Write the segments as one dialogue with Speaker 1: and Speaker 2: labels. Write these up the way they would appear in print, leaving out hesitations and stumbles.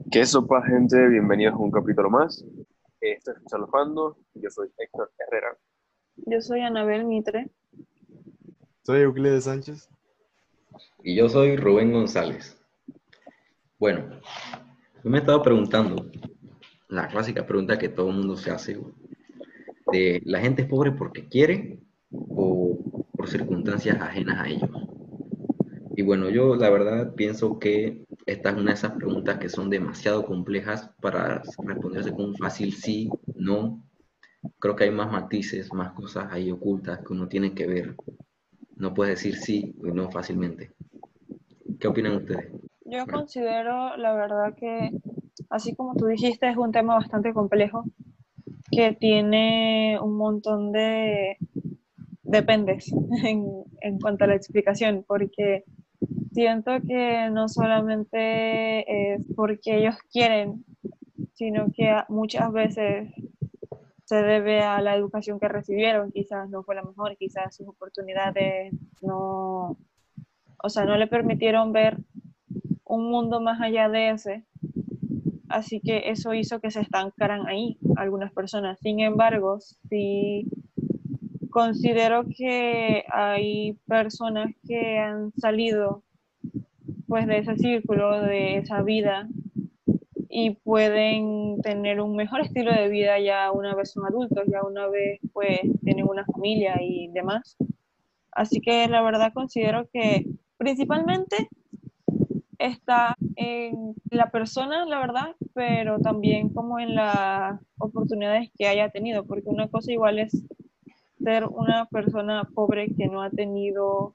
Speaker 1: ¿Qué sopa, gente? Bienvenidos a un capítulo más. Esto es Salofando. Yo soy Héctor Herrera.
Speaker 2: Yo soy Anabel Mitre.
Speaker 3: Soy Euclides Sánchez.
Speaker 4: Y yo soy Rubén González. Bueno, yo me he estado preguntando, la clásica pregunta que todo el mundo se hace, güey, de la gente es pobre porque quiere o por circunstancias ajenas a ellos. Y bueno, yo la verdad pienso que esta es una de esas preguntas que son demasiado complejas para responderse con un fácil sí, no. Creo que hay más matices, más cosas ahí ocultas que uno tiene que ver. No puede decir sí y no fácilmente. ¿Qué opinan ustedes?
Speaker 2: Yo
Speaker 4: Bueno,
Speaker 2: considero, la verdad, que, así como tú dijiste, es un tema bastante complejo que tiene un montón de dependes en cuanto a la explicación, porque siento que no solamente es porque ellos quieren, sino que muchas veces se debe a la educación que recibieron, quizás no fue la mejor, quizás sus oportunidades no, o sea, no le permitieron ver un mundo más allá de ese, así que eso hizo que se estancaran ahí algunas personas. Sin embargo, sí considero que hay personas que han salido pues de ese círculo, de esa vida y pueden tener un mejor estilo de vida ya una vez son adultos, ya una vez pues tienen una familia y demás. Así que la verdad considero que principalmente está en la persona, la verdad, pero también como en las oportunidades que haya tenido, porque una cosa igual es ser una persona pobre que no ha tenido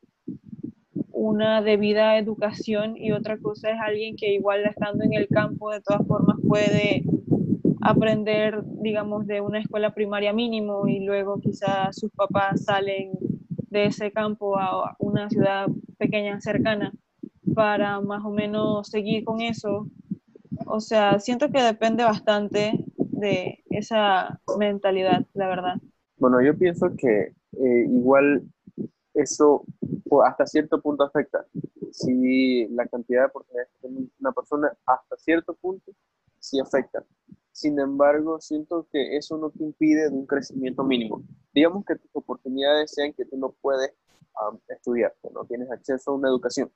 Speaker 2: una debida educación y otra cosa es alguien que igual estando en el campo de todas formas puede aprender, digamos, de una escuela primaria mínimo y luego quizás sus papás salen de ese campo a una ciudad pequeña cercana para más o menos seguir con eso. O sea, siento que depende bastante de esa mentalidad, la verdad.
Speaker 1: Bueno, yo pienso que igual eso hasta cierto punto afecta. Si la cantidad de oportunidades que tiene una persona hasta cierto punto sí afecta. Sin embargo, siento que eso no te impide de un crecimiento mínimo. Digamos que tus oportunidades sean que tú no puedes estudiar, que no tienes acceso a una educación,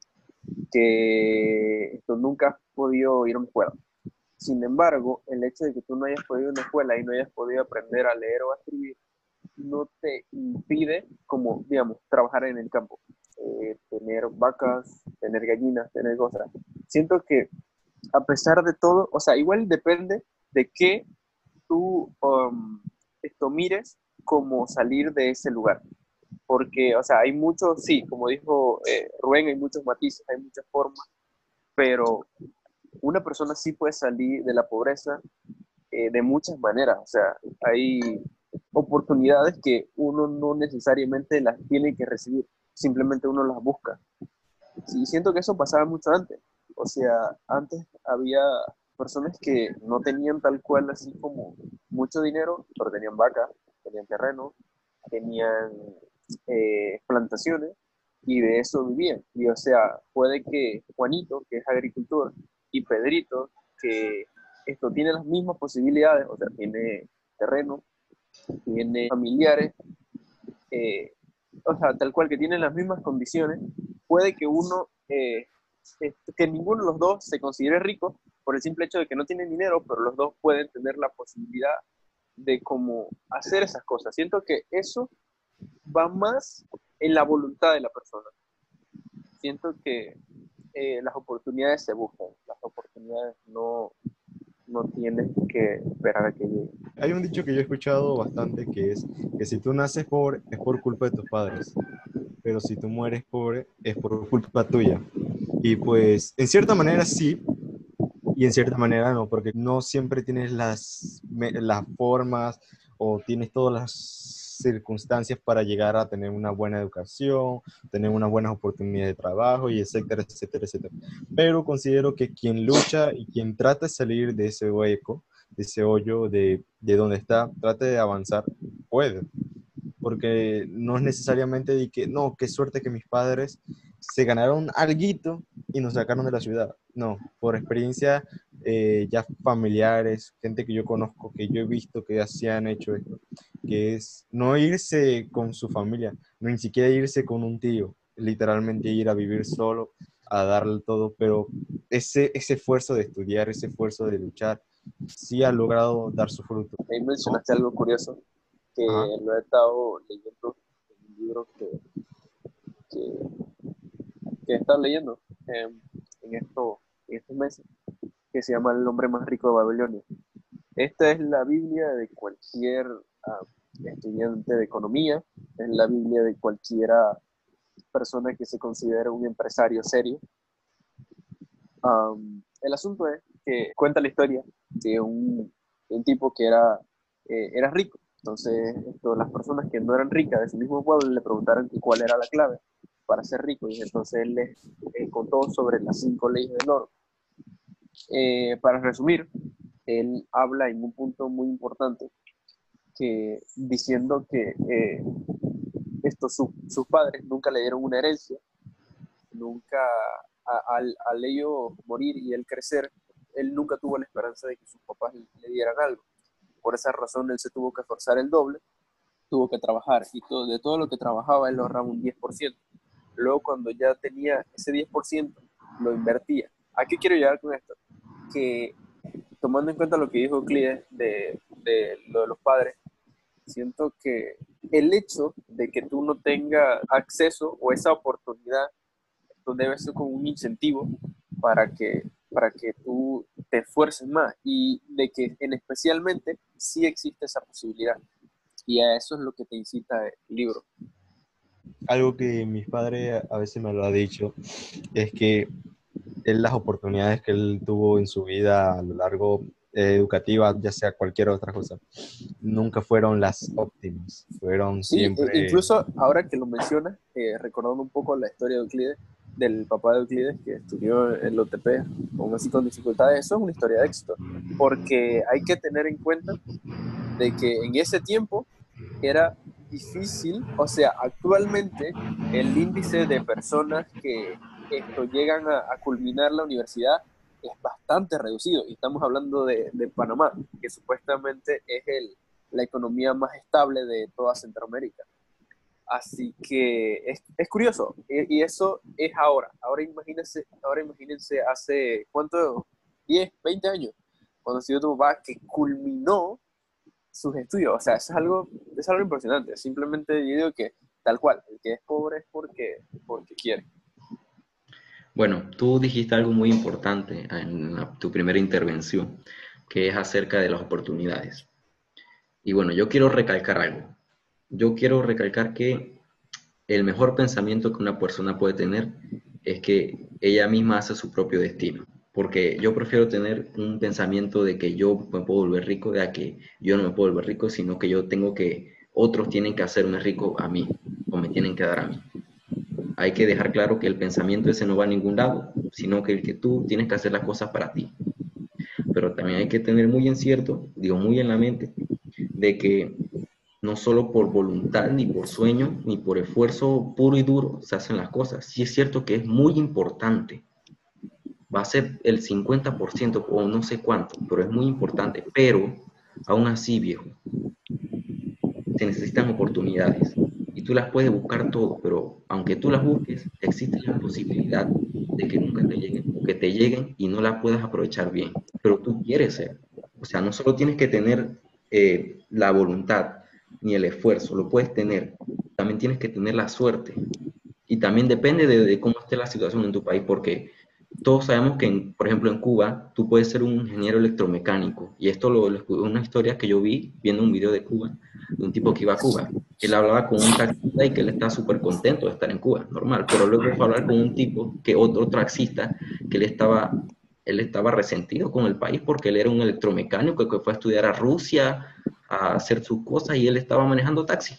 Speaker 1: que tú nunca has podido ir a una escuela. Sin embargo, el hecho de que tú no hayas podido ir a una escuela y no hayas podido aprender a leer o a escribir, no te impide, como, digamos, trabajar en el campo, tener vacas, tener gallinas, tener cosas. Siento que a pesar de todo, o sea, igual depende de qué tú esto mires como salir de ese lugar. Porque, o sea, hay muchos, sí, como dijo Rubén, hay muchos matices, hay muchas formas, pero una persona sí puede salir de la pobreza de muchas maneras. O sea, hay oportunidades que uno no necesariamente las tiene que recibir, simplemente uno las busca. Sí, siento que eso pasaba mucho antes. O sea, antes había personas que no tenían tal cual así como mucho dinero, pero tenían vacas, tenían terreno, tenían plantaciones y de eso vivían. Y o sea, puede que Juanito, que es agricultor, y Pedrito, que esto tiene las mismas posibilidades, o sea, tiene terreno, tiene familiares, eh, o sea, tal cual que tienen las mismas condiciones, puede que uno, que ninguno de los dos se considere rico por el simple hecho de que no tienen dinero, pero los dos pueden tener la posibilidad de cómo hacer esas cosas. Siento que eso va más en la voluntad de la persona. Siento que las oportunidades se buscan, las oportunidades no tienes que esperar a que lleguen.
Speaker 3: Hay un dicho que yo he escuchado bastante que es que si tú naces pobre es por culpa de tus padres, pero si tú mueres pobre es por culpa tuya. Y pues en cierta manera sí y en cierta manera no, porque no siempre tienes las formas o tienes todas las circunstancias para llegar a tener una buena educación, tener unas buenas oportunidades de trabajo y etcétera, etcétera, etcétera. Pero considero que quien lucha y quien trata de salir de ese hueco, de ese hoyo, de donde está, trate de avanzar, puede. Porque no es necesariamente de que, no, qué suerte que mis padres se ganaron alguito y nos sacaron de la ciudad. No, por experiencia ya familiares, gente que yo conozco, que yo he visto que así han hecho esto, que es no irse con su familia, no ni siquiera irse con un tío, literalmente ir a vivir solo, a darle todo, pero ese esfuerzo de estudiar, ese esfuerzo de luchar, sí ha logrado dar su fruto.
Speaker 1: Ahí
Speaker 3: ¿No?
Speaker 1: mencionaste algo curioso, que
Speaker 3: Ajá.
Speaker 1: lo he estado leyendo en un libro que, que he estado leyendo en, en estos meses, que se llama El hombre más rico de Babilonia. Esta es la Biblia de cualquier estudiante de economía, es la Biblia de cualquiera persona que se considere un empresario serio. El asunto es que cuenta la historia de un tipo que era rico. Entonces, las personas que no eran ricas de su mismo pueblo le preguntaron cuál era la clave para ser rico. Y entonces él les contó sobre las 5 leyes del oro. Para resumir, él habla en un punto muy importante diciendo que sus padres nunca le dieron una herencia, nunca, al ellos morir y él crecer, él nunca tuvo la esperanza de que sus papás le dieran algo. Por esa razón él se tuvo que esforzar el doble, tuvo que trabajar y de todo lo que trabajaba él ahorraba un 10%. Luego cuando ya tenía ese 10%, lo invertía. ¿A qué quiero llegar con esto? Que tomando en cuenta lo que dijo Euclides de lo de los padres, siento que el hecho de que tú no tengas acceso o esa oportunidad, esto debe ser como un incentivo para que tú te esfuerces más y de que especialmente sí existe esa posibilidad. Y a eso es lo que te incita el libro.
Speaker 3: Algo que mis padres a veces me lo ha dicho es que él, las oportunidades que él tuvo en su vida a lo largo educativa, ya sea cualquier otra cosa, nunca fueron las óptimas, fueron
Speaker 1: Sí,
Speaker 3: siempre...
Speaker 1: incluso ahora que lo mencionas, recordando un poco la historia de Euclides, del papá de Euclides que estudió en la UTP, aún así con dificultades, eso es una historia de éxito, porque hay que tener en cuenta de que en ese tiempo era difícil, o sea, actualmente el índice de personas que esto llegan a culminar la universidad es bastante reducido, y estamos hablando de Panamá, que supuestamente es la economía más estable de toda Centroamérica. Así que es curioso, y eso es ahora. Ahora imagínense hace, ¿cuánto? 10, 20 años, cuando estudió tu papá, que culminó sus estudios. O sea, es algo impresionante. Simplemente yo digo que tal cual, el que es pobre es porque quiere.
Speaker 4: Bueno, tú dijiste algo muy importante en tu primera intervención, que es acerca de las oportunidades. Y bueno, yo quiero recalcar algo. Yo quiero recalcar que el mejor pensamiento que una persona puede tener es que ella misma hace su propio destino. Porque yo prefiero tener un pensamiento de que yo me puedo volver rico, de que yo no me puedo volver rico, sino que yo tengo que, otros tienen que hacerme rico a mí, o me tienen que dar a mí. Hay que dejar claro que el pensamiento ese no va a ningún lado, sino que el que tú tienes que hacer las cosas para ti. Pero también hay que tener muy en cierto, digo muy en la mente, de que no solo por voluntad, ni por sueño, ni por esfuerzo puro y duro se hacen las cosas. Sí es cierto que es muy importante, va a ser el 50% o no sé cuánto, pero es muy importante. Pero aún así, viejo, se necesitan oportunidades y tú las puedes buscar todo, pero aunque tú las busques, existe la posibilidad de que nunca te lleguen o que te lleguen y no las puedas aprovechar bien, pero tú quieres ser. O sea, no solo tienes que tener la voluntad ni el esfuerzo, lo puedes tener, también tienes que tener la suerte. Y también depende de cómo esté la situación en tu país, porque todos sabemos que, por ejemplo, en Cuba, tú puedes ser un ingeniero electromecánico. Y esto es una historia que yo vi viendo un video de Cuba, de un tipo que iba a Cuba. Él hablaba con un taxista y que él estaba súper contento de estar en Cuba, normal. Pero luego fue a hablar con un tipo, otro taxista, que él estaba resentido con el país porque él era un electromecánico que fue a estudiar a Rusia, a hacer sus cosas y él estaba manejando taxi.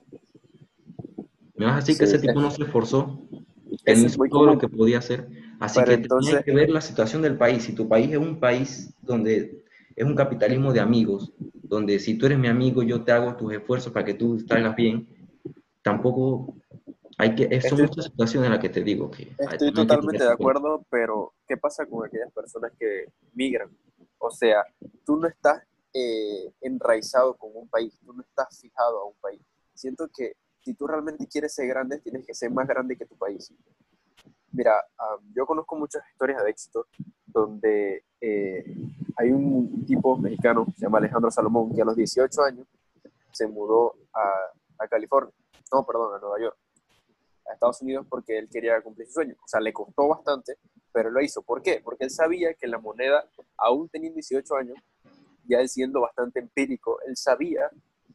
Speaker 4: Me vas a decir que
Speaker 1: Sí,
Speaker 4: ese tipo no se esforzó, él
Speaker 1: eso es
Speaker 4: hizo
Speaker 1: muy
Speaker 4: todo lo
Speaker 1: común.
Speaker 4: que podía hacer, así
Speaker 1: Pero
Speaker 4: que también hay
Speaker 1: entonces,
Speaker 4: que ver la situación del país. Si tu país es un país donde es un capitalismo de amigos, donde si tú eres mi amigo, yo te hago tus esfuerzos para que tú salgas bien, tampoco son
Speaker 1: Estoy,
Speaker 4: muchas situaciones en las que te digo que
Speaker 1: estoy
Speaker 4: también hay que tener
Speaker 1: totalmente de
Speaker 4: en cuenta.
Speaker 1: acuerdo, pero ¿qué pasa con aquellas personas que migran? O sea, tú no estás enraizado con un país, tú no estás fijado a un país. Siento que si tú realmente quieres ser grande, tienes que ser más grande que tu país. Mira, yo conozco muchas historias de éxito donde hay un tipo mexicano, se llama Alejandro Salomón, que a los 18 años se mudó a California, no, perdón, a Nueva York, a Estados Unidos porque él quería cumplir su sueño. O sea, le costó bastante, pero lo hizo. ¿Por qué? Porque él sabía que la moneda, aún teniendo 18 años, ya él siendo bastante empírico, él sabía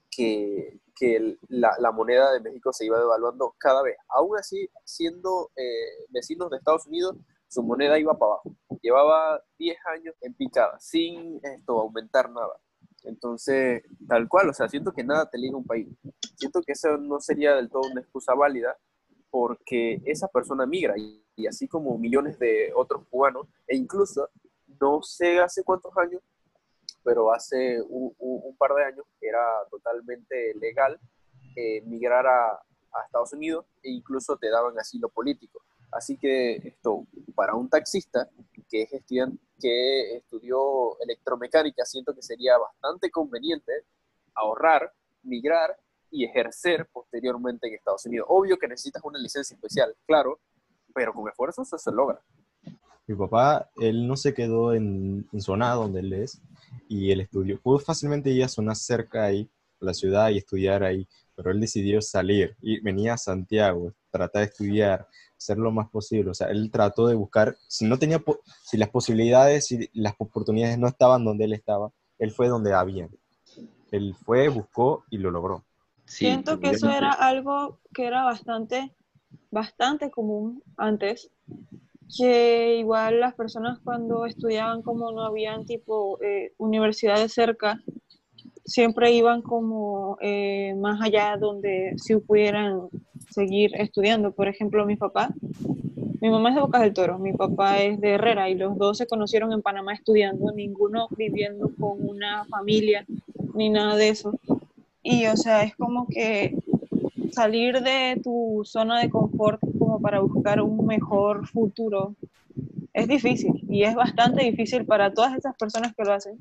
Speaker 1: que la moneda de México se iba devaluando cada vez. Aún así, siendo vecinos de Estados Unidos, su moneda iba para abajo. Llevaba 10 años en picada, sin aumentar nada. Entonces, tal cual, o sea, siento que nada te liga a un país. Siento que eso no sería del todo una excusa válida porque esa persona migra y así como millones de otros cubanos, e incluso no sé hace cuántos años, pero hace un par de años era totalmente legal migrar a Estados Unidos e incluso te daban asilo político. Así que esto, para un taxista que es estudiante, que estudió electromecánica, siento que sería bastante conveniente ahorrar, migrar y ejercer posteriormente en Estados Unidos. Obvio que necesitas una licencia especial, claro, pero con esfuerzo eso se logra.
Speaker 3: Mi papá, él no se quedó en zona donde él es y él estudió. Pudo fácilmente ir a zonas cerca ahí, a la ciudad y estudiar ahí, pero él decidió salir y venía a Santiago, tratar de estudiar, hacer lo más posible. O sea, él trató de buscar, si no tenía, si las posibilidades, si las oportunidades no estaban donde él estaba, él fue donde había. Él fue, buscó y lo logró.
Speaker 4: Sí,
Speaker 2: Siento
Speaker 4: porque
Speaker 2: que
Speaker 4: yo
Speaker 2: eso
Speaker 4: no
Speaker 2: era
Speaker 4: sé.
Speaker 2: algo que era bastante común antes, que igual las personas cuando estudiaban como no habían tipo universidades cerca, siempre iban como más allá donde sí pudieran seguir estudiando. Por ejemplo, mi mamá es de Bocas del Toro, mi papá es de Herrera y los dos se conocieron en Panamá estudiando, ninguno viviendo con una familia ni nada de eso. Y o sea, es como que salir de tu zona de confort como para buscar un mejor futuro es difícil y es bastante difícil para todas esas personas que lo hacen,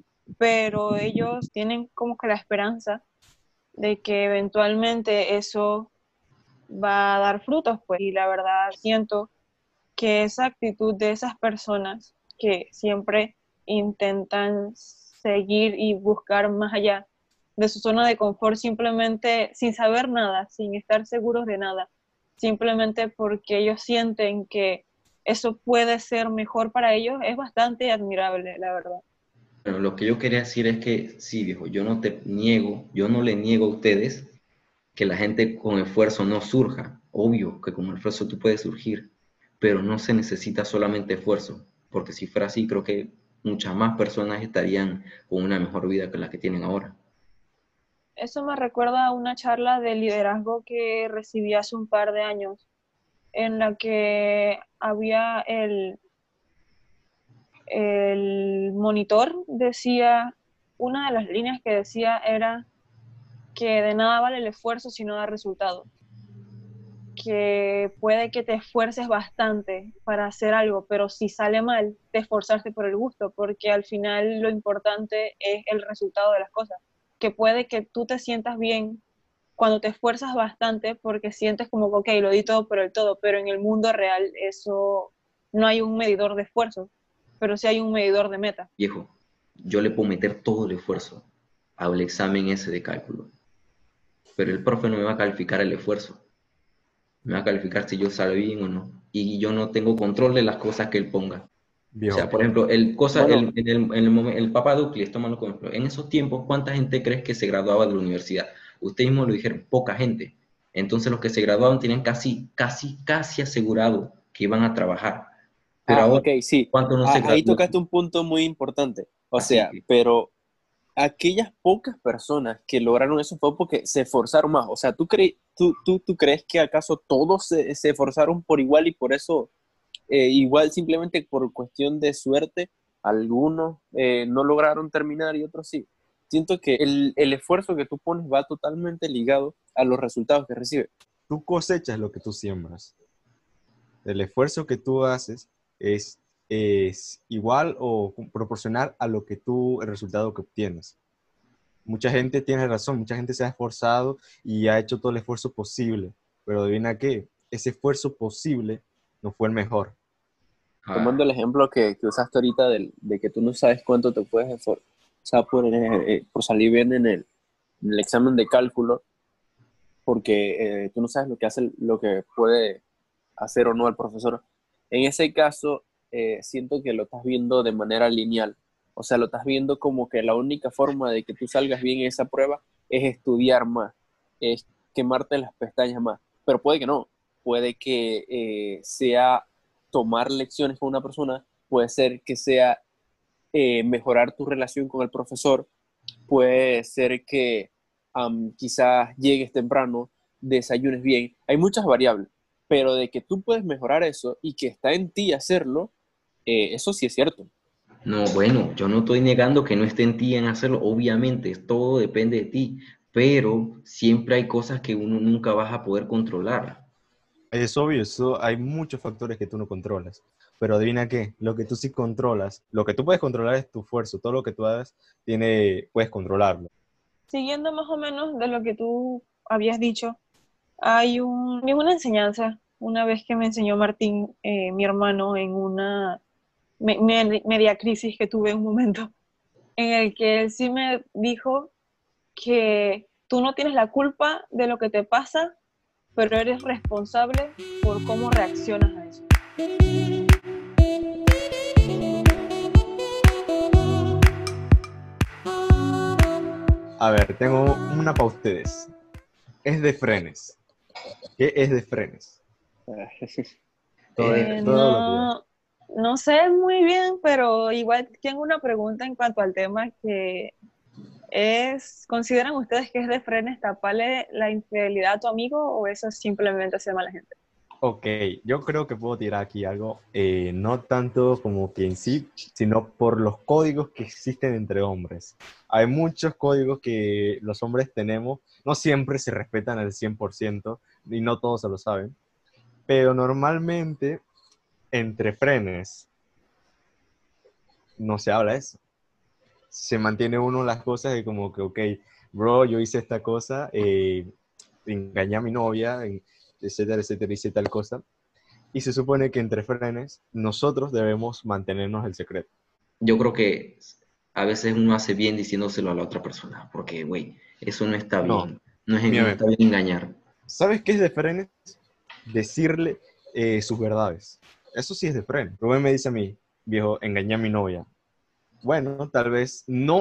Speaker 2: pero ellos tienen como que la esperanza de que eventualmente eso va a dar frutos, pues, y la verdad siento que esa actitud de esas personas que siempre intentan seguir y buscar más allá de su zona de confort simplemente sin saber nada, sin estar seguros de nada, simplemente porque ellos sienten que eso puede ser mejor para ellos, es bastante admirable, la verdad.
Speaker 4: Bueno, lo que yo quería decir es que sí, viejo, yo no te niego, yo no le niego a ustedes que la gente con esfuerzo no surja. Obvio que con esfuerzo tú puedes surgir, pero no se necesita solamente esfuerzo, porque si fuera así, creo que muchas más personas estarían con una mejor vida que la que tienen ahora.
Speaker 2: Eso me recuerda a una charla de liderazgo que recibí hace un par de años, en la que había el monitor, decía, una de las líneas que decía era que de nada vale el esfuerzo si no da resultado, que puede que te esfuerces bastante para hacer algo, pero si sale mal, te esforzaste por el gusto, porque al final lo importante es el resultado de las cosas, que puede que tú te sientas bien cuando te esfuerzas bastante porque sientes como que, ok, lo di todo por el todo, pero en el mundo real eso no hay un medidor de esfuerzo, pero sí hay un medidor de meta.
Speaker 4: Viejo, yo le puedo meter todo el esfuerzo al examen ese de cálculo, pero el profe no me va a calificar el esfuerzo, me va a calificar si yo salgo bien o no, y yo no tengo control de las cosas que él ponga. O sea,
Speaker 3: Viejo,
Speaker 4: por ejemplo,
Speaker 1: Bueno,
Speaker 4: el Papa Duclis, tómalo como ejemplo. En esos tiempos, ¿cuánta gente crees que se graduaba de la universidad? Ustedes mismos lo dijeron, poca gente. Entonces los que se graduaban tenían casi asegurado que iban a trabajar. Pero ahora,
Speaker 1: ok, sí,
Speaker 4: ¿cuántos no se
Speaker 1: ahí
Speaker 4: gradúan?
Speaker 1: tocaste un punto muy importante. O
Speaker 4: Así
Speaker 1: sea,
Speaker 4: que,
Speaker 1: pero aquellas pocas personas que lograron eso fue porque se esforzaron más. O sea, ¿tú crees que acaso todos se esforzaron por igual y por eso, igual simplemente por cuestión de suerte, algunos no lograron terminar y otros sí? Siento que el esfuerzo que tú pones va totalmente ligado a los resultados que recibes.
Speaker 3: tú cosechas lo que tú siembras. El esfuerzo que tú haces es igual o proporcional a lo que tú, el resultado que obtienes. Mucha gente tiene razón, mucha gente se ha esforzado y ha hecho todo el esfuerzo posible, pero adivina qué, ese esfuerzo posible no fue el mejor.
Speaker 1: Tomando el ejemplo que usaste ahorita de que tú no sabes cuánto te puedes esforzar por salir bien en el examen de cálculo, porque tú no sabes lo que puede hacer o no el profesor. En ese caso, siento que lo estás viendo de manera lineal. O sea, lo estás viendo como que la única forma de que tú salgas bien en esa prueba es estudiar más, es quemarte las pestañas más. Pero puede que no. Puede que sea tomar lecciones con una persona, puede ser que sea mejorar tu relación con el profesor, puede ser que quizás llegues temprano, desayunes bien. Hay muchas variables, pero de que tú puedes mejorar eso y que está en ti hacerlo, eso sí es cierto.
Speaker 4: No, bueno, yo no estoy negando que no esté en ti en hacerlo, obviamente, todo depende de ti, pero siempre hay cosas que uno nunca vas a poder controlar.
Speaker 3: Es obvio, hay muchos factores que tú no controlas, pero adivina qué, lo que tú sí controlas, lo que tú puedes controlar es tu esfuerzo, todo lo que tú hagas, puedes controlarlo.
Speaker 2: Siguiendo más o menos de lo que tú habías dicho, hay una enseñanza, una vez que me enseñó Martín, mi hermano, en una media crisis que tuve en un momento, en el que él sí me dijo que tú no tienes la culpa de lo que te pasa, pero eres responsable por cómo reaccionas a eso.
Speaker 3: A ver, tengo una para ustedes. Es de frenes. ¿Qué es de frenes? Todo lo que ya.
Speaker 2: No sé muy bien, pero igual tengo una pregunta en cuanto al tema que ¿consideran ustedes que es de frenes taparle la infidelidad a tu amigo o eso es simplemente hacer mala gente?
Speaker 3: Ok, yo creo que puedo tirar aquí algo, no tanto como que en sí, sino por los códigos que existen entre hombres. Hay muchos códigos que los hombres tenemos, no siempre se respetan al 100% y no todos se lo saben, pero normalmente entre frenes no se habla eso. Se mantiene uno las cosas de como que, ok, bro, yo hice esta cosa, engañé a mi novia, etcétera, etcétera, hice tal cosa. Y se supone que entre frenes nosotros debemos mantenernos el secreto.
Speaker 4: Yo creo que a veces uno hace bien diciéndoselo a la otra persona, porque, güey, eso no está
Speaker 3: No,
Speaker 4: bien, no
Speaker 3: mírame,
Speaker 4: está bien engañar.
Speaker 3: ¿sabes qué es de frenes? Decirle sus verdades. Eso sí es de frenes. Rubén me dice a mí, viejo, engañé a mi novia. Bueno, tal vez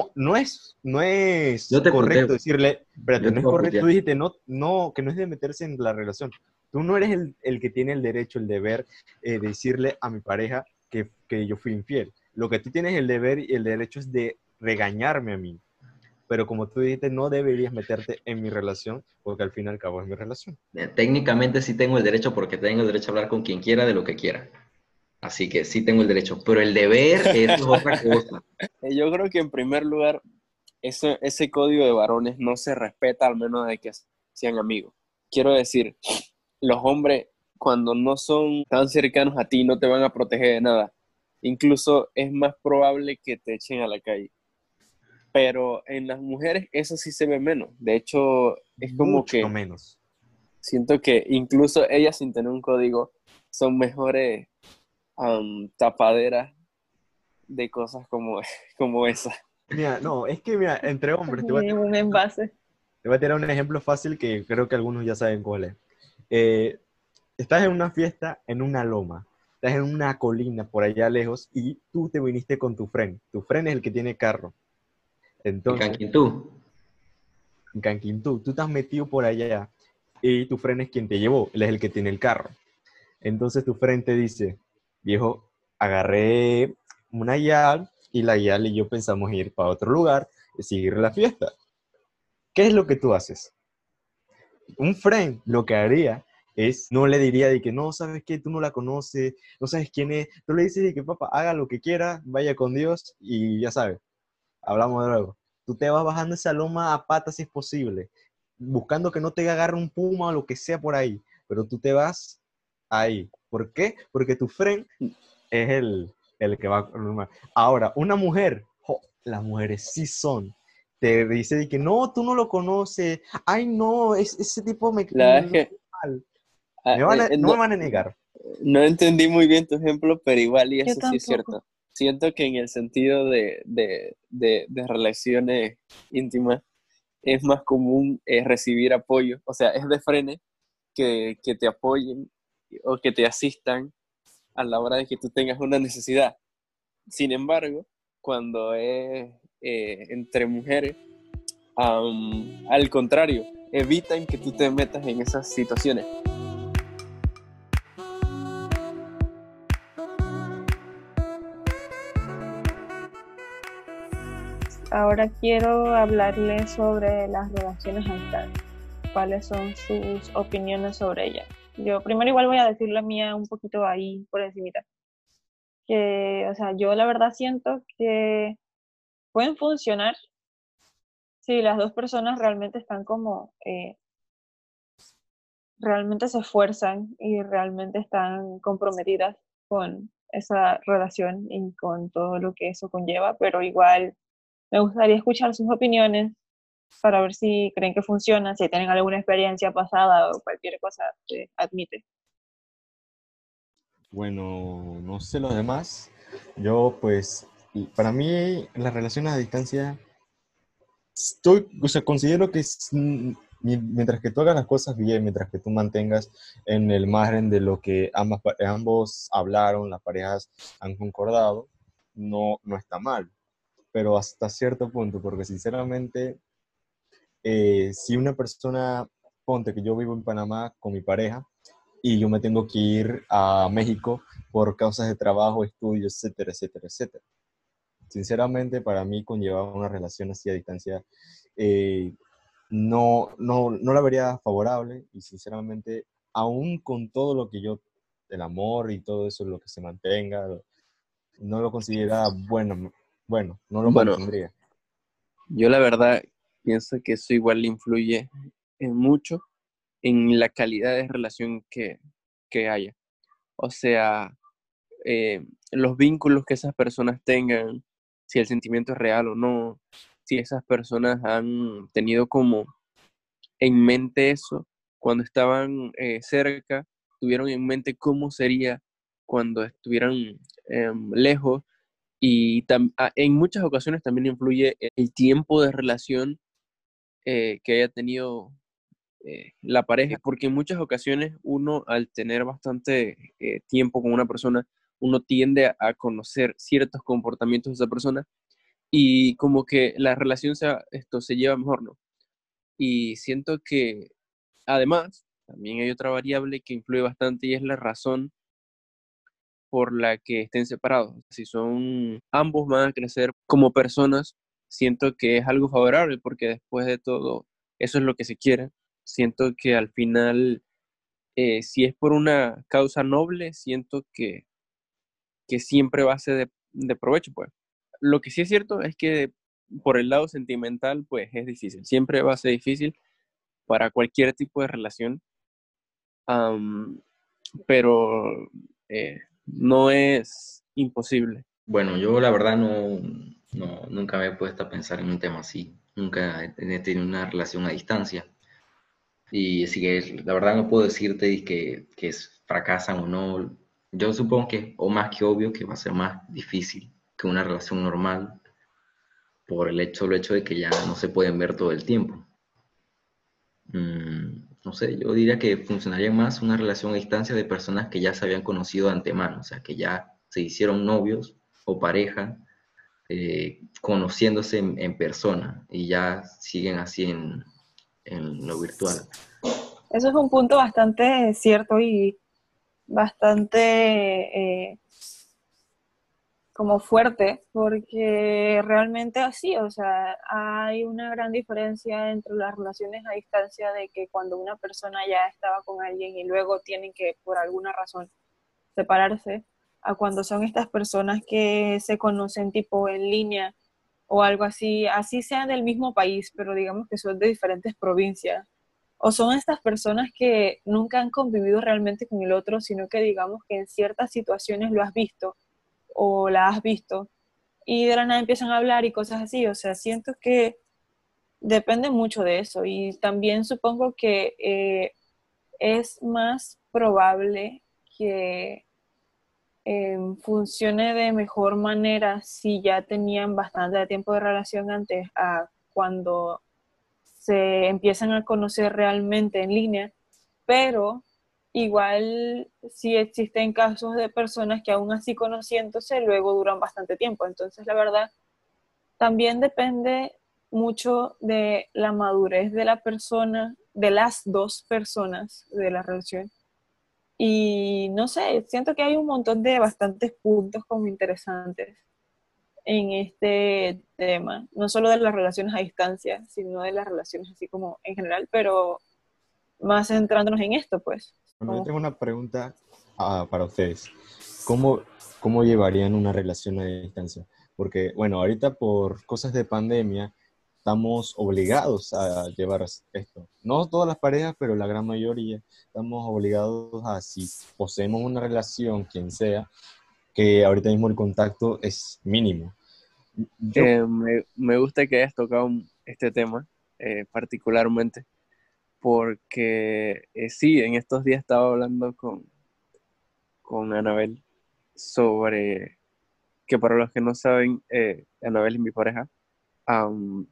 Speaker 3: no es
Speaker 4: Yo te
Speaker 3: correcto
Speaker 4: puteo,
Speaker 3: decirle, espérate,
Speaker 4: yo
Speaker 3: no
Speaker 4: te
Speaker 3: es
Speaker 4: voy a
Speaker 3: correcto, tú
Speaker 4: putear.
Speaker 3: dijiste, no, que no es de meterse en la relación. Tú no eres el que tiene el derecho, el deber de decirle a mi pareja que yo fui infiel. Lo que tú tienes el deber y el derecho es de regañarme a mí. Pero como tú dijiste, no deberías meterte en mi relación, porque al fin y al cabo es mi relación.
Speaker 4: Técnicamente sí tengo el derecho porque tengo el derecho a hablar con quien quiera de lo que quiera. Así que sí tengo el derecho, pero el deber, eso es otra cosa.
Speaker 1: Yo creo que en primer lugar, ese código de varones no se respeta al menos de que sean amigos. Quiero decir, los hombres cuando no son tan cercanos a ti no te van a proteger de nada. Incluso es más probable que te echen a la calle. Pero en las mujeres eso sí se ve menos. De hecho, es como
Speaker 3: Mucho
Speaker 1: que
Speaker 3: menos.
Speaker 1: siento que incluso ellas sin tener un código son mejores tapaderas de cosas como esa.
Speaker 3: Mira, no, es que mira, entre hombres,
Speaker 2: Un envase.
Speaker 3: te voy a tirar un ejemplo fácil que creo que algunos ya saben cuál es. Eh, Estás en una fiesta en una loma, estás en una colina por allá lejos y tú te viniste con tu friend. Tu friend es el que tiene carro.
Speaker 4: En
Speaker 3: Entonces,
Speaker 4: Cancún, tú.
Speaker 3: en Canquintú, tú estás metido por allá y tu friend es quien te llevó, él es el que tiene el carro. Entonces tu friend te dice, viejo, agarré una yal y la yal y yo pensamos ir para otro lugar y seguir la fiesta. ¿Qué es lo que tú haces? Un friend lo que haría es, no le diría de que no, ¿sabes qué? Tú no la conoces, no sabes quién es. Tú le dices de que papá, haga lo que quiera, vaya con Dios y ya sabes, hablamos de luego. Tú te vas bajando esa loma a patas si es posible. buscando que no te agarre un puma o lo que sea por ahí, pero tú te vas ahí. ¿Por qué? Porque tu friend es el que va normal. Ahora, una mujer, las mujeres sí son. Te dice de que no, tú no lo conoces. Ay, no, ese tipo
Speaker 1: La verdad es
Speaker 3: me
Speaker 1: que
Speaker 3: cae mal. No
Speaker 1: no,
Speaker 3: me van a negar.
Speaker 1: no entendí muy bien tu ejemplo, pero igual y
Speaker 2: Yo
Speaker 1: eso sí es
Speaker 2: tampoco.
Speaker 1: cierto. Siento que en el sentido de relaciones íntimas es más común recibir apoyo, o sea, es de frene que te apoyen o que te asistan a la hora de que tú tengas una necesidad. Sin embargo, cuando es entre mujeres, al contrario, evitan que tú te metas en esas situaciones.
Speaker 2: Ahora quiero hablarles sobre las relaciones a distancia. ¿Cuáles son sus opiniones sobre ellas? Yo primero igual voy a decir la mía un poquito ahí por encimita. Que, o sea, yo la verdad siento que pueden funcionar si las dos personas realmente están como, realmente se esfuerzan y realmente están comprometidas con esa relación y con todo lo que eso conlleva, pero igual me gustaría escuchar sus opiniones para ver si creen que funciona, si tienen alguna experiencia pasada o cualquier cosa que admite.
Speaker 3: Bueno, no sé los demás. Yo, pues, para mí, las relaciones a distancia, o sea, considero que mientras que tú hagas las cosas bien, mientras que tú mantengas en el margen de lo que ambos hablaron, las parejas han concordado, no está mal. Pero hasta cierto punto, porque sinceramente, si una persona, ponte que yo vivo en Panamá con mi pareja, y yo me tengo que ir a México por causas de trabajo, estudios, etcétera, etcétera, etcétera. Sinceramente, para mí conllevar una relación así a distancia eh, no la vería favorable y sinceramente, aún con todo lo que yo, el amor y todo eso, lo que se mantenga, no lo considera bueno, no lo
Speaker 1: Bueno,
Speaker 3: mantendría.
Speaker 1: yo la verdad pienso que eso igual influye en mucho en la calidad de relación que haya. O sea, los vínculos que esas personas tengan, si el sentimiento es real o no, si esas personas han tenido como en mente eso cuando estaban cerca, tuvieron en mente cómo sería cuando estuvieran lejos y en muchas ocasiones también influye el tiempo de relación que haya tenido la pareja, porque en muchas ocasiones uno al tener bastante tiempo con una persona, uno tiende a conocer ciertos comportamientos de esa persona y como que la relación se lleva mejor, ¿no? Y siento que además también hay otra variable que influye bastante y es la razón por la que estén separados. Si son ambos van a crecer como personas, siento que es algo favorable porque después de todo eso es lo que se quiere. Siento que al final si es por una causa noble, siento que siempre va a ser de provecho, pues. Lo que sí es cierto es que por el lado sentimental, pues es difícil. Siempre va a ser difícil para cualquier tipo de relación, am, pero no es imposible.
Speaker 4: Bueno, yo la verdad nunca me he puesto a pensar en un tema así. Nunca he tenido una relación a distancia. Y así que la verdad no puedo decirte que fracasan o no. Yo supongo que, o más que obvio, que va a ser más difícil que una relación normal por solo hecho de que ya no se pueden ver todo el tiempo. No sé, yo diría que funcionaría más una relación a distancia de personas que ya se habían conocido de antemano, o sea, que ya se hicieron novios o pareja, conociéndose en persona y ya siguen así en lo virtual.
Speaker 2: Eso es un punto bastante cierto y bastante como fuerte, porque realmente así, o sea, hay una gran diferencia entre las relaciones a distancia de que cuando una persona ya estaba con alguien y luego tienen que, por alguna razón, separarse, a cuando son estas personas que se conocen tipo en línea o algo así, así sean del mismo país, pero digamos que son de diferentes provincias. O son estas personas que nunca han convivido realmente con el otro, sino que digamos que en ciertas situaciones lo has visto o la has visto y de la nada empiezan a hablar y cosas así. O sea, siento que depende mucho de eso y también supongo que es más probable que funcione de mejor manera si ya tenían bastante tiempo de relación antes a cuando se empiezan a conocer realmente en línea, pero igual sí existen casos de personas que aún así conociéndose luego duran bastante tiempo. Entonces, la verdad, también depende mucho de la madurez de la persona, de las dos personas de la relación. Y no sé, siento que hay un montón de bastantes puntos como interesantes en este tema, no solo de las relaciones a distancia, sino de las relaciones así como en general, pero más centrándonos en esto, pues.
Speaker 3: Bueno, yo
Speaker 2: Como,
Speaker 3: tengo una pregunta para ustedes. ¿Cómo, ¿Cómo llevarían una relación a distancia? Porque, bueno, ahorita por cosas de pandemia estamos obligados a llevar esto. No todas las parejas, pero la gran mayoría estamos obligados a, si poseemos una relación, quien sea, que ahorita mismo el contacto es mínimo. Yo,
Speaker 1: Me gusta que hayas tocado este tema particularmente porque sí, en estos días estaba hablando con Anabel sobre que para los que no saben, Anabel es mi pareja, am,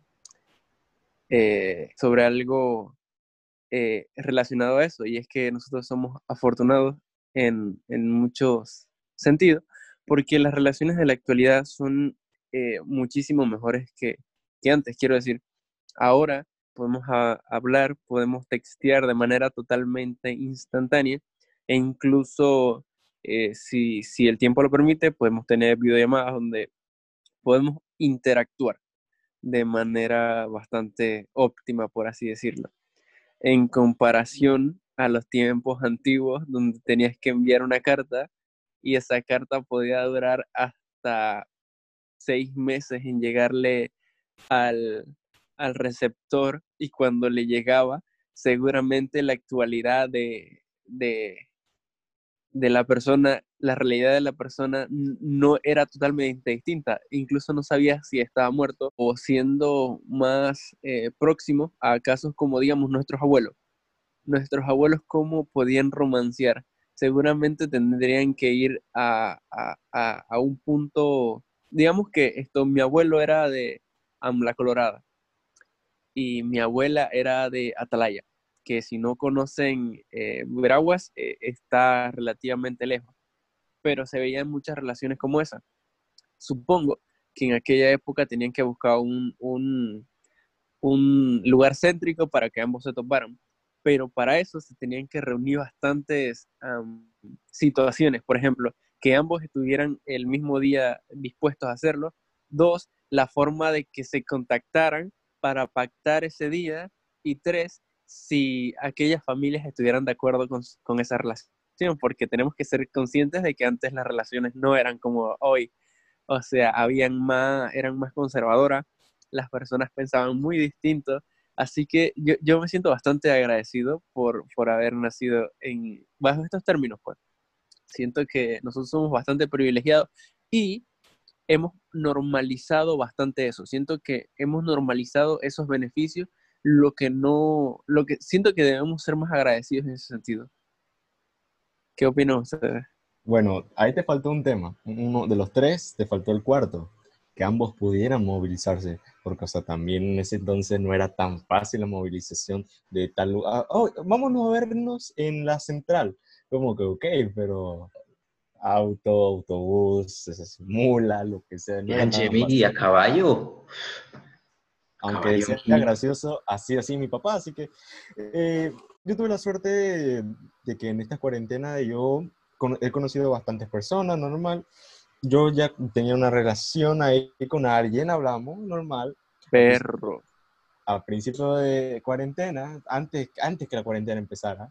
Speaker 1: sobre algo relacionado a eso, y es que nosotros somos afortunados en muchos sentidos, porque las relaciones de la actualidad son muchísimo mejores que antes. Quiero decir, ahora podemos hablar, podemos textear de manera totalmente instantánea, e incluso si el tiempo lo permite, podemos tener videollamadas donde podemos interactuar de manera bastante óptima, por así decirlo, en comparación a los tiempos antiguos donde tenías que enviar una carta y esa carta podía durar hasta 6 meses en llegarle al, al receptor, y cuando le llegaba, seguramente la actualidad de la persona, la realidad de la persona no era totalmente distinta. Incluso no sabías si estaba muerto, o siendo más próximo a casos como, digamos, nuestros abuelos. Nuestros abuelos, ¿cómo podían romancear? Seguramente tendrían que ir a un punto, digamos que mi abuelo era de Amla Colorada y mi abuela era de Atalaya, que si no conocen Veraguas, está relativamente lejos, pero se veían muchas relaciones como esa. Supongo que en aquella época tenían que buscar un lugar céntrico para que ambos se toparan, pero para eso se tenían que reunir bastantes situaciones. Por ejemplo, que ambos estuvieran el mismo día dispuestos a hacerlo. Dos, la forma de que se contactaran para pactar ese día. Y tres, si aquellas familias estuvieran de acuerdo con esa relación, porque tenemos que ser conscientes de que antes las relaciones no eran como hoy. O sea, eran más conservadoras, las personas pensaban muy distinto, así que yo me siento bastante agradecido por haber nacido bajo estos términos, pues. Siento que nosotros somos bastante privilegiados y hemos normalizado bastante eso. Siento que hemos normalizado esos beneficios, lo que siento que debemos ser más agradecidos en ese sentido. ¿Qué opinan ustedes?
Speaker 3: bueno, ahí te faltó un tema. Uno de los tres, te faltó el cuarto, que ambos pudieran movilizarse, porque, o sea, también en ese entonces no era tan fácil la movilización de tal lugar. Oh, vámonos a vernos en la central. Como que, ok, pero auto, autobús, mula, lo que sea, no era
Speaker 4: Ya,
Speaker 3: nada
Speaker 4: Jimmy,
Speaker 3: fácil.
Speaker 4: a caballo. A
Speaker 3: Aunque
Speaker 4: caballo.
Speaker 3: sea gracioso, así mi papá. Así que yo tuve la suerte de que en esta cuarentena he conocido bastantes personas, normal. Yo ya tenía una relación ahí con alguien, hablamos, normal. Al principio,
Speaker 1: Perro.
Speaker 3: a principio de cuarentena, antes que la cuarentena empezara.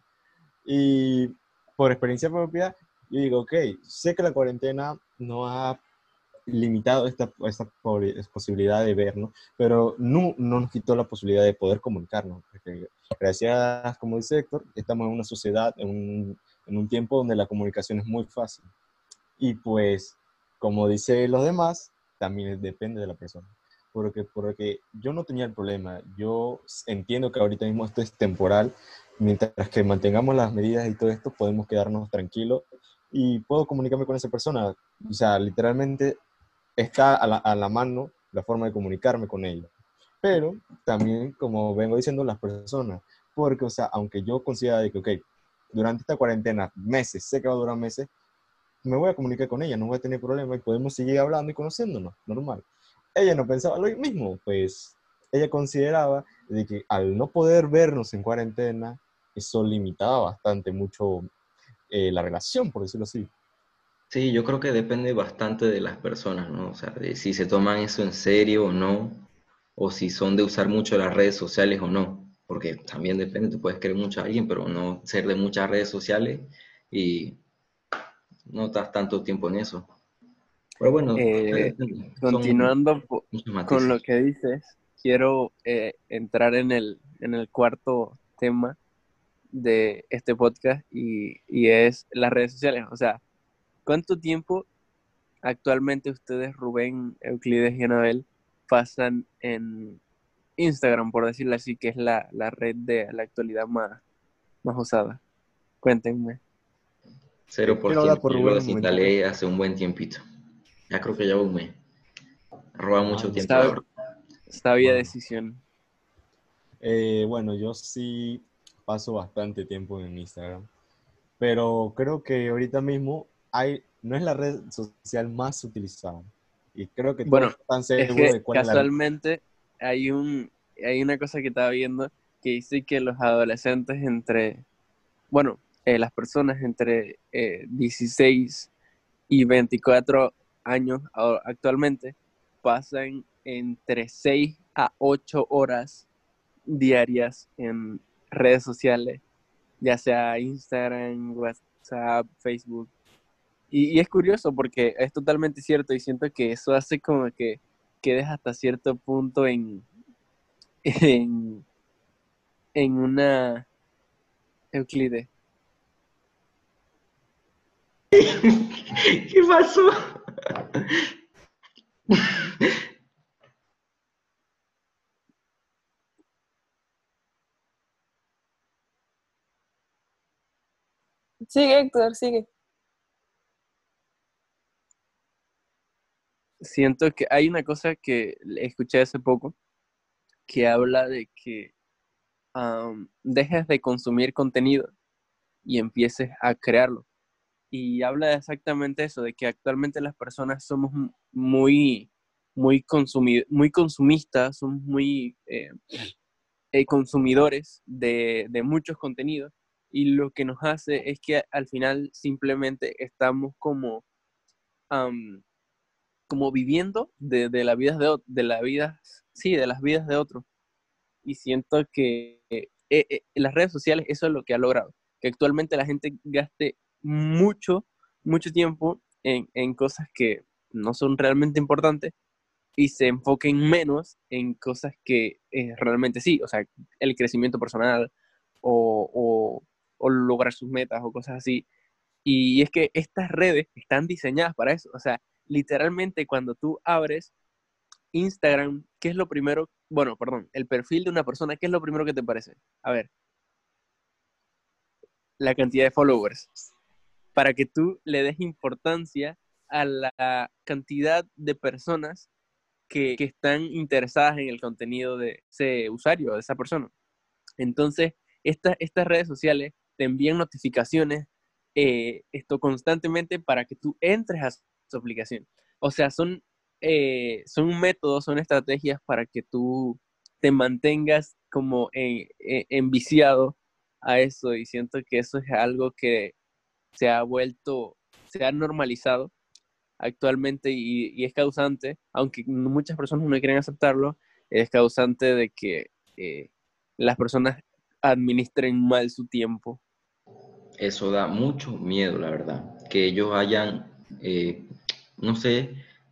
Speaker 3: Y por experiencia propia, yo digo, ok, sé que la cuarentena no ha limitado esta posibilidad de vernos, pero no nos quitó la posibilidad de poder comunicarnos, porque gracias, como dice Héctor, estamos en una sociedad, en un tiempo donde la comunicación es muy fácil. Y pues, como dice los demás, también depende de la persona. Porque yo no tenía el problema. Yo entiendo que ahorita mismo esto es temporal. Mientras que mantengamos las medidas y todo esto, podemos quedarnos tranquilos y puedo comunicarme con esa persona. O sea, literalmente está a la mano la forma de comunicarme con ella. Pero también, como vengo diciendo, las personas. Porque, o sea, aunque yo considera de que, ok, durante esta cuarentena, meses, sé que va a durar meses, me voy a comunicar con ella, no voy a tener problema y podemos seguir hablando y conociéndonos, normal. Ella no pensaba lo mismo, pues ella consideraba de que al no poder vernos en cuarentena, eso limitaba bastante mucho la relación, por decirlo así.
Speaker 4: Sí, yo creo que depende bastante de las personas, ¿no? O sea, de si se toman eso en serio o no, o si son de usar mucho las redes sociales o no, porque también depende, tú puedes querer mucho a alguien, pero no ser de muchas redes sociales y no estás tanto tiempo en eso. Pero bueno,
Speaker 1: Eh,
Speaker 4: depende. Son
Speaker 1: Continuando
Speaker 4: muchos
Speaker 1: con
Speaker 4: matices.
Speaker 1: lo que dices, quiero entrar en el cuarto tema de este podcast y es las redes sociales. O sea, ¿cuánto tiempo actualmente ustedes, Rubén, Euclides y Anabel, pasan en Instagram, por decirlo así, que es la red de la actualidad más usada? Cuéntenme.
Speaker 3: Quiero
Speaker 4: 0%,
Speaker 3: hablar por
Speaker 4: yo lo
Speaker 3: Rubén un momentito.
Speaker 4: desinstalé hace un buen tiempito. Ya creo que ya un mes. Roba mucho
Speaker 3: Mano,
Speaker 4: tiempo, la
Speaker 1: Sabe-
Speaker 4: verdad.
Speaker 1: Sabia
Speaker 3: mano.
Speaker 1: decisión.
Speaker 3: Bueno, yo sí paso bastante tiempo en Instagram, pero creo que ahorita mismo no es la red social más utilizada. Y creo que todos
Speaker 1: Bueno,
Speaker 3: están
Speaker 1: es
Speaker 3: seguros
Speaker 1: que
Speaker 3: de cuál es la...
Speaker 1: casualmente hay una cosa que estaba viendo que dice que los adolescentes bueno, las personas entre 16 y 24 años actualmente pasan entre 6 a 8 horas diarias en redes sociales, ya sea Instagram, WhatsApp, Facebook. Y es curioso porque es totalmente cierto y siento que eso hace como que quedes hasta cierto punto en, en una Euclide.
Speaker 4: ¿Qué pasó?
Speaker 2: Sigue, Héctor, sigue.
Speaker 1: Siento que hay una cosa que escuché hace poco que habla de que dejes de consumir contenido y empieces a crearlo. Y habla exactamente eso, de que actualmente las personas somos muy consumistas, somos muy consumidores de muchos contenidos y lo que nos hace es que al final simplemente estamos am, como viviendo de la vida de la vida, sí, de las vidas de otros. Y siento que las redes sociales eso es lo que ha logrado, que actualmente la gente gaste mucho tiempo en cosas que no son realmente importantes y se enfoquen menos en cosas que realmente sí, o sea, el crecimiento personal o, o, o lograr sus metas o cosas así. Y es que estas redes están diseñadas para eso, o sea, literalmente cuando tú abres Instagram, ¿qué es lo primero? Bueno, perdón, el perfil de una persona, ¿qué es lo primero que te parece? A ver, la cantidad de followers, para que tú le des importancia a la cantidad de personas que están interesadas en el contenido de ese usuario, de esa persona. Entonces, estas redes sociales te envían notificaciones esto constantemente para que tú entres a su aplicación. O sea, son métodos, son estrategias para que tú te mantengas como enviciado a eso y siento que eso es algo que se ha normalizado actualmente y es causante, aunque muchas personas no quieren aceptarlo, es causante de que eh, las personas administren mal su tiempo.
Speaker 4: Eso da mucho miedo, la verdad. Que ellos hayan, no sé,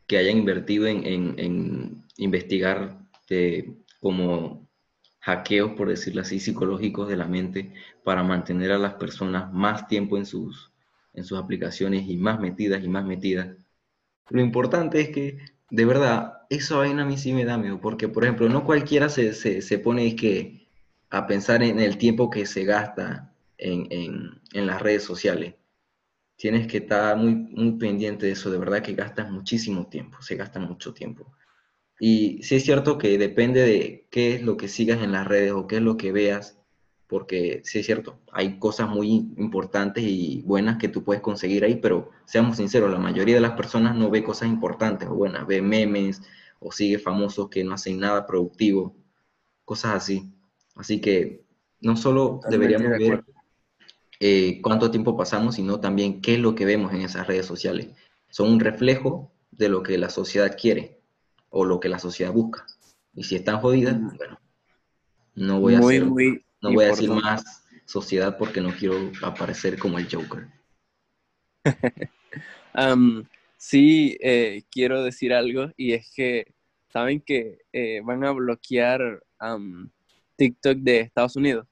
Speaker 4: que hayan invertido en investigar como hackeos, por decirlo así, psicológicos de la mente para mantener a las personas más tiempo en sus aplicaciones y más metidas y más metidas. Lo importante es que, de verdad, esa vaina a mí sí me da miedo, porque, por ejemplo, no cualquiera se pone a pensar en el tiempo que se gasta en las redes sociales. Tienes que estar muy, muy pendiente de eso, de verdad que gastas muchísimo tiempo, se gasta mucho tiempo. Y sí es cierto que depende de qué es lo que sigas en las redes o qué es lo que veas, porque sí es cierto, hay cosas muy importantes y buenas que tú puedes conseguir ahí, pero seamos sinceros, la mayoría de las personas no ve cosas importantes o buenas, ve memes o sigue famosos que no hacen nada productivo, cosas así. Así que no solo
Speaker 1: Totalmente
Speaker 4: deberíamos
Speaker 1: de
Speaker 4: ver
Speaker 1: acuerdo.
Speaker 4: cuánto tiempo pasamos, sino también qué es lo que vemos en esas redes sociales. Son un reflejo de lo que la sociedad quiere o lo que la sociedad busca. Y si están jodidas,
Speaker 1: Mm,
Speaker 4: bueno, no voy a
Speaker 1: Muy,
Speaker 4: hacer,
Speaker 1: muy
Speaker 4: no voy a decir
Speaker 1: importante.
Speaker 4: más sociedad porque no quiero aparecer como el Joker.
Speaker 1: Am, sí, quiero decir algo y es que saben que van a bloquear TikTok de Estados Unidos.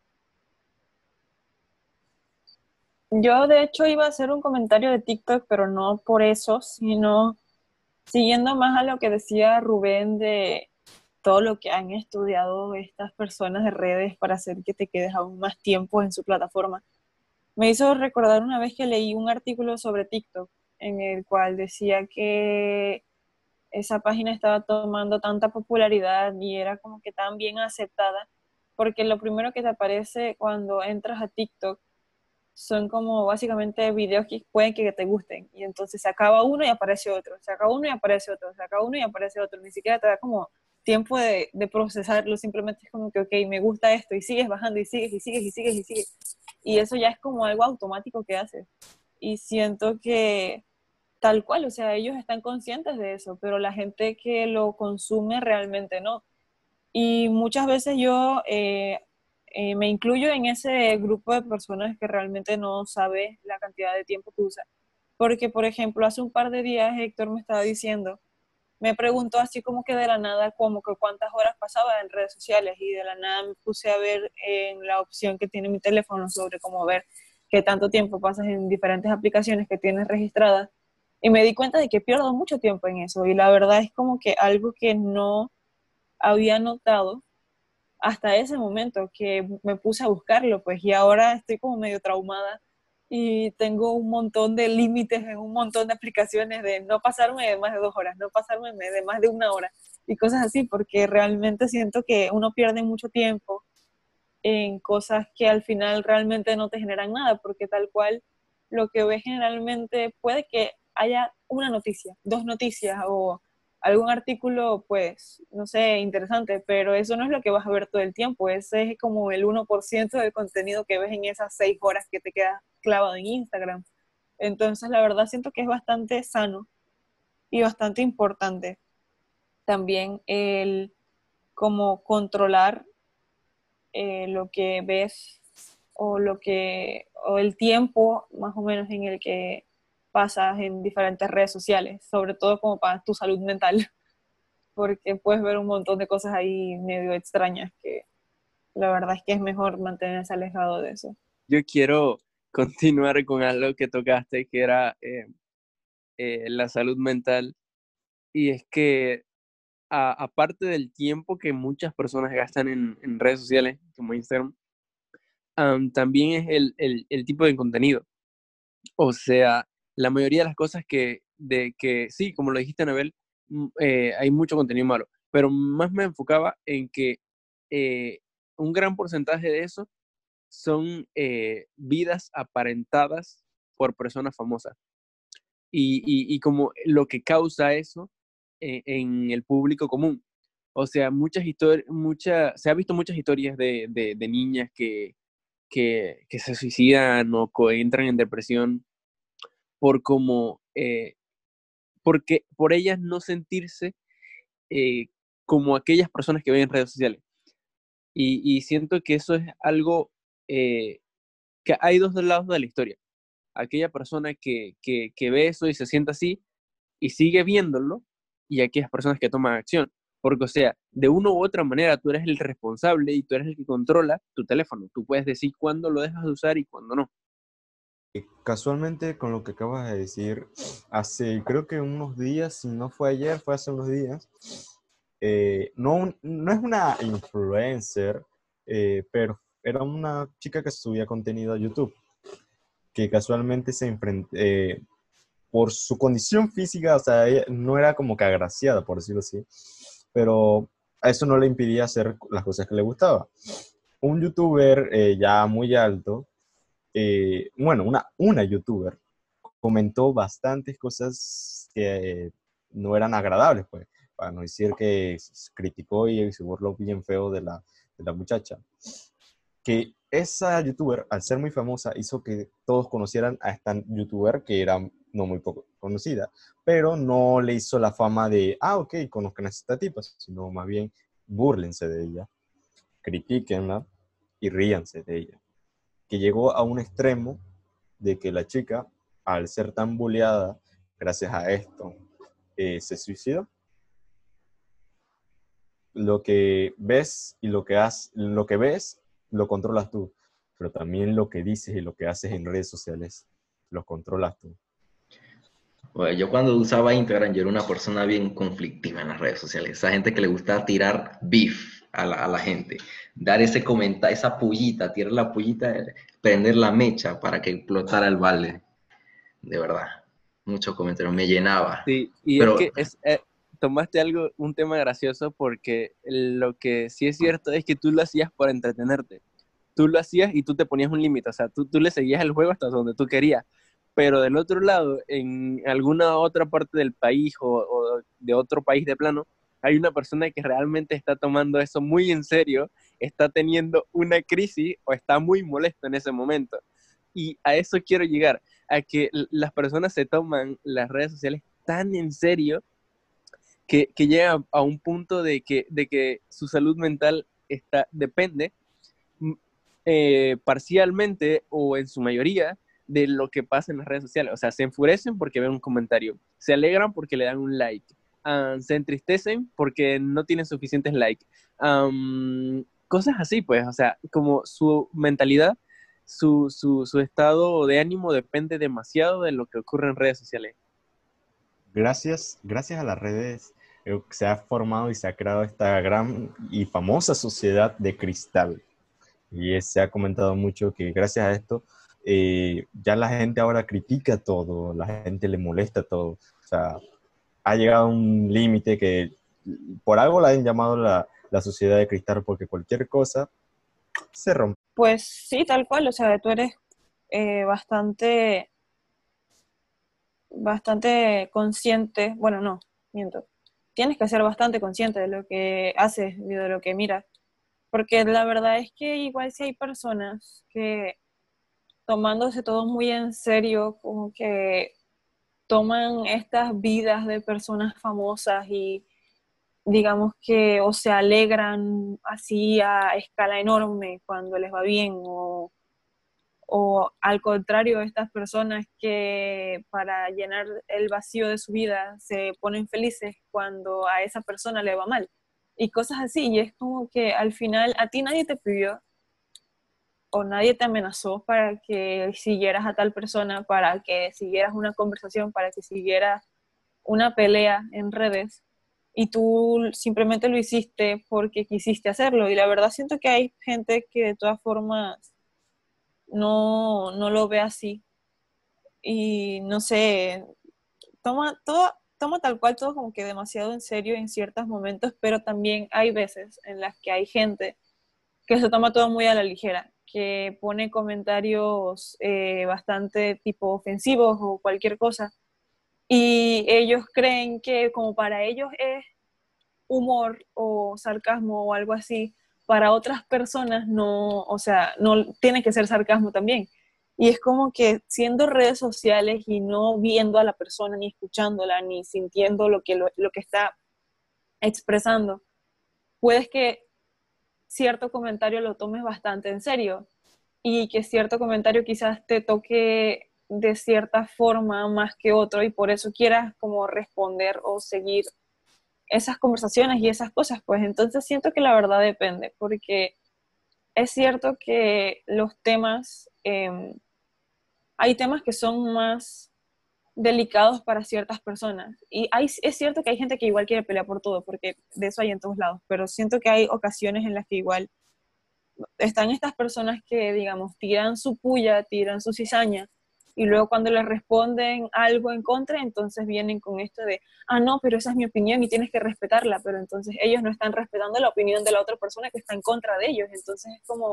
Speaker 2: Yo de hecho iba a hacer un comentario de TikTok, pero no por eso, sino siguiendo más a lo que decía Rubén de todo lo que han estudiado estas personas de redes para hacer que te quedes aún más tiempo en su plataforma. Me hizo recordar una vez que leí un artículo sobre TikTok en el cual decía que esa página estaba tomando tanta popularidad y era como que tan bien aceptada, porque lo primero que te aparece cuando entras a TikTok son como básicamente videos que pueden que te gusten, y entonces se acaba uno y aparece otro, se acaba uno y aparece otro, se acaba uno y aparece otro, ni siquiera te da como tiempo de procesarlo, simplemente es como que, ok, me gusta esto, y sigues bajando, y sigues, y sigues, y sigues, y sigues, y eso ya es como algo automático que haces, y siento que tal cual, o sea, ellos están conscientes de eso, pero la gente que lo consume realmente no. Y muchas veces yo me incluyo en ese grupo de personas que realmente no sabe la cantidad de tiempo que usa. Porque, por ejemplo, hace un par de días Héctor me estaba diciendo, me preguntó así como que de la nada, como que cuántas horas pasaba en redes sociales, y de la nada me puse a ver en la opción que tiene mi teléfono sobre cómo ver qué tanto tiempo pasas en diferentes aplicaciones que tienes registradas, y me di cuenta de que pierdo mucho tiempo en eso, y la verdad es como que algo que no había notado hasta ese momento que me puse a buscarlo, pues, y ahora estoy como medio traumada y tengo un montón de límites en un montón de aplicaciones de no pasarme de más de 2 horas, no pasarme de más de una hora y cosas así, porque realmente siento que uno pierde mucho tiempo en cosas que al final realmente no te generan nada, porque tal cual lo que ves generalmente puede que haya una noticia, dos noticias o algún artículo, pues, no sé, interesante, pero eso no es lo que vas a ver todo el tiempo, ese es como el 1% del contenido que ves en esas 6 horas que te quedas clavado en Instagram. Entonces, la verdad siento que es bastante sano y bastante importante también el como controlar lo que ves o o el tiempo más o menos en el que pasas en diferentes redes sociales, sobre todo como para tu salud mental, porque puedes ver un montón de cosas ahí medio extrañas que la verdad es que es mejor mantenerse alejado de eso.
Speaker 1: Yo quiero continuar con algo que tocaste, que era la salud mental, y es que aparte del tiempo que muchas personas gastan en redes sociales como Instagram, también es el tipo de contenido. O sea, la mayoría de las cosas que sí, como lo dijiste, Anabel, hay mucho contenido malo, pero más me enfocaba en que eh, un gran porcentaje de eso son vidas aparentadas por personas famosas. Y como lo que causa eso en el público común. O sea, se ha visto muchas historias de niñas que se suicidan o que entran en depresión por como, porque por ellas no sentirse eh, como aquellas personas que ven en redes sociales. Y siento que eso es algo que hay dos lados de la historia. Aquella persona que ve eso y se siente así y sigue viéndolo, y aquellas personas que toman acción. Porque, o sea, de una u otra manera tú eres el responsable y tú eres el que controla tu teléfono. Tú puedes decir cuándo lo dejas de usar y cuándo no.
Speaker 3: Casualmente con lo que acabas de decir, hace creo que unos días, si no fue ayer, fue hace unos días, no es una influencer, pero era una chica que subía contenido a YouTube, que casualmente se enfrentó, por su condición física, o sea, ella no era como que agraciada, por decirlo así, pero a eso no le impidía hacer las cosas que le gustaba. Un youtuber ya muy alto, bueno, una youtuber, comentó bastantes cosas que no eran agradables, pues, para no decir que criticó y se burló bien feo de la muchacha. Que esa youtuber, al ser muy famosa, hizo que todos conocieran a esta youtuber que era no muy poco conocida, pero no le hizo la fama de, ok, conozcan a esta tipa, sino más bien búrlense de ella, critíquenla y ríanse de ella. Que llegó a un extremo de que la chica, al ser tan bulleada, gracias a esto, se suicidó. Lo que ves y lo que ves, lo controlas tú, pero también lo que dices y lo que haces en redes sociales, lo controlas tú.
Speaker 4: Bueno, yo cuando usaba Instagram, yo era una persona bien conflictiva en las redes sociales. Esa gente que le gusta tirar beef a la gente. Dar ese comentario, esa pullita, tirar la pullita, prender la mecha para que explotara el balde. De verdad. Muchos comentarios, me llenaba.
Speaker 1: Sí, y es
Speaker 4: Pero,
Speaker 1: que tomaste un tema gracioso porque lo que sí es cierto es que tú lo hacías por entretenerte. Tú lo hacías y tú te ponías un límite, o sea, tú le seguías el juego hasta donde tú querías. Pero del otro lado, en alguna otra parte del país o de otro país de plano, hay una persona que realmente está tomando eso muy en serio, está teniendo una crisis o está muy molesto en ese momento. Y a eso quiero llegar, a que las personas se toman las redes sociales tan en serio que llega a un punto de que su salud mental depende parcialmente o en su mayoría de lo que pasa en las redes sociales. O sea, se enfurecen porque ven un comentario, se alegran porque le dan un like, se entristecen porque no tienen suficientes likes. Cosas así, pues, o sea, como su mentalidad, su estado de ánimo depende demasiado de lo que ocurre en redes sociales.
Speaker 3: Gracias a las redes se ha formado y se ha creado esta gran y famosa sociedad de cristal. Y se ha comentado mucho que gracias a esto ya la gente ahora critica todo, la gente le molesta todo. O sea, ha llegado a un límite que por algo la han llamado la sociedad de cristal, porque cualquier cosa se rompe.
Speaker 2: Pues sí, tal cual, o sea, tú eres bastante, bastante consciente, bueno, no, miento, tienes que ser bastante consciente de lo que haces y de lo que miras, porque la verdad es que igual si hay personas que tomándose todo muy en serio, como que toman estas vidas de personas famosas y digamos que o se alegran así a escala enorme cuando les va bien o al contrario, estas personas que para llenar el vacío de su vida se ponen felices cuando a esa persona le va mal y cosas así. Y es como que al final a ti nadie te pidió o nadie te amenazó para que siguieras a tal persona, para que siguieras una conversación, para que siguieras una pelea en redes y tú simplemente lo hiciste porque quisiste hacerlo. Y la verdad siento que hay gente que de todas formas no lo ve así. Y no sé, toma tal cual todo como que demasiado en serio en ciertos momentos, pero también hay veces en las que hay gente que se toma todo muy a la ligera, que pone comentarios bastante tipo ofensivos o cualquier cosa, y ellos creen que como para ellos es humor o sarcasmo o algo así, para otras personas no, o sea, no tiene que ser sarcasmo también. Y es como que siendo redes sociales y no viendo a la persona, ni escuchándola, ni sintiendo lo que está expresando, puedes que cierto comentario lo tomes bastante en serio y que cierto comentario quizás te toque de cierta forma más que otro y por eso quieras como responder o seguir esas conversaciones y esas cosas, pues entonces siento que la verdad depende, porque es cierto que los temas, hay temas que son más delicados para ciertas personas, y es cierto que hay gente que igual quiere pelear por todo, porque de eso hay en todos lados, pero siento que hay ocasiones en las que igual están estas personas que, digamos, tiran su puya, tiran su cizaña, y luego cuando les responden algo en contra, entonces vienen con esto de, no, pero esa es mi opinión y tienes que respetarla, pero entonces ellos no están respetando la opinión de la otra persona que está en contra de ellos, entonces es como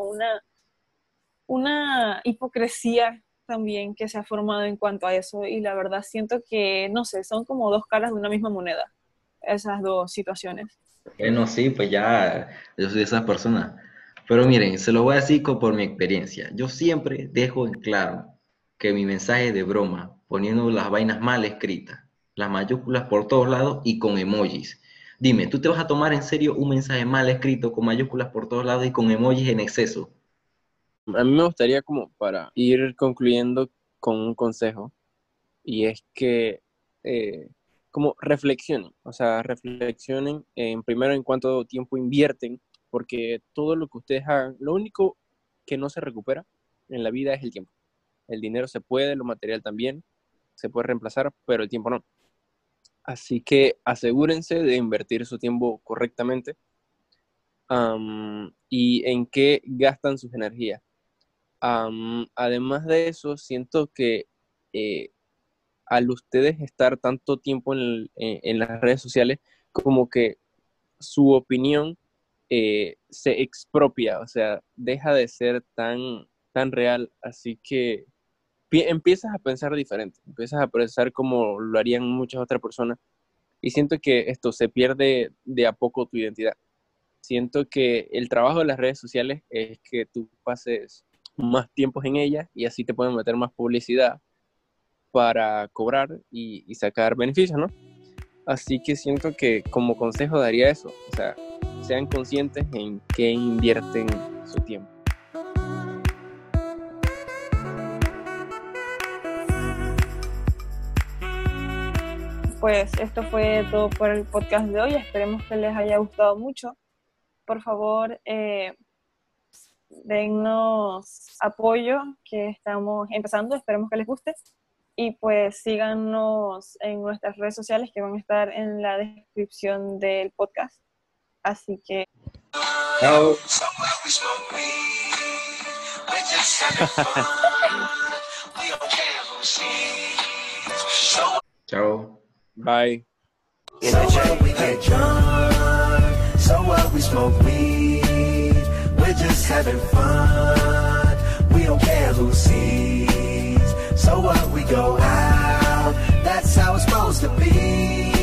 Speaker 2: una hipocresía también que se ha formado en cuanto a eso, y la verdad siento que, no sé, son como dos caras de una misma moneda, esas dos situaciones.
Speaker 4: Bueno, sí, pues ya yo soy de esas personas. Pero miren, se lo voy a decir por mi experiencia. Yo siempre dejo en claro que mi mensaje es de broma, poniendo las vainas mal escritas, las mayúsculas por todos lados y con emojis. Dime, ¿tú te vas a tomar en serio un mensaje mal escrito con mayúsculas por todos lados y con emojis en exceso?
Speaker 1: A mí me gustaría como para ir concluyendo con un consejo, y es que como reflexionen, o sea, reflexionen en primero en cuánto tiempo invierten, porque todo lo que ustedes hagan, lo único que no se recupera en la vida es el tiempo. El dinero se puede, lo material también, se puede reemplazar, pero el tiempo no. Así que asegúrense de invertir su tiempo correctamente, y en qué gastan sus energías. Además de eso, siento que al ustedes estar tanto tiempo en las redes sociales, como que su opinión se expropia, o sea, deja de ser tan real, así que empiezas a pensar diferente, empiezas a pensar como lo harían muchas otras personas, y siento que esto se pierde de a poco tu identidad. Siento que el trabajo de las redes sociales es que tú pases más tiempos en ellas y así te pueden meter más publicidad para cobrar y sacar beneficios, ¿no? Así que siento que como consejo daría eso, o sea, sean conscientes en qué invierten su tiempo.
Speaker 2: Pues esto fue todo por el podcast de hoy, esperemos que les haya gustado mucho. Por favor, dennos apoyo, que estamos empezando, esperemos que les guste. Y pues síganos en nuestras redes sociales que van a estar en la descripción del podcast. Así que...
Speaker 4: Chao. Chao.
Speaker 1: Bye.
Speaker 5: So what, we smoke weed, we're just having fun, we don't care who sees, so what, we go out, that's how it's supposed to be.